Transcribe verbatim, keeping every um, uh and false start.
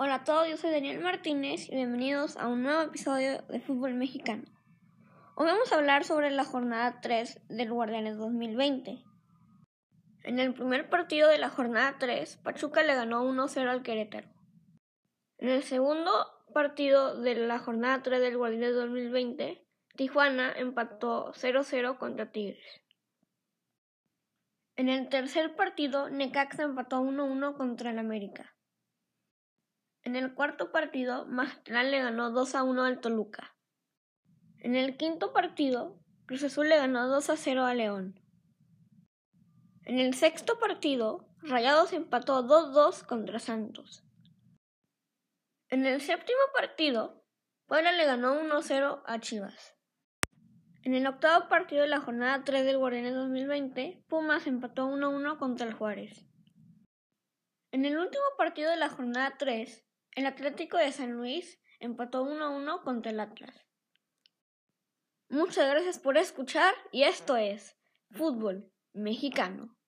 Hola a todos, yo soy Daniel Martínez y bienvenidos a un nuevo episodio de Fútbol Mexicano. Hoy vamos a hablar sobre la jornada tres del Guardianes dos mil veinte. En el primer partido de la jornada tres, Pachuca le ganó uno cero al Querétaro. En el segundo partido de la jornada tres del Guardianes dos mil veinte, Tijuana empató cero cero contra Tigres. En el tercer partido, Necaxa empató uno uno contra el América. En el cuarto partido, Mazatlán le ganó dos a uno al Toluca. En el quinto partido, Cruz Azul le ganó dos a cero a León. En el sexto partido, Rayados empató dos dos contra Santos. En el séptimo partido, Puebla le ganó uno cero a Chivas. En el octavo partido de la jornada tres del Guardianes dos mil veinte, Pumas empató uno uno contra el Juárez. En el último partido de la jornada tres, el Atlético de San Luis empató uno uno contra el Atlas. Muchas gracias por escuchar y esto es Fútbol Mexicano.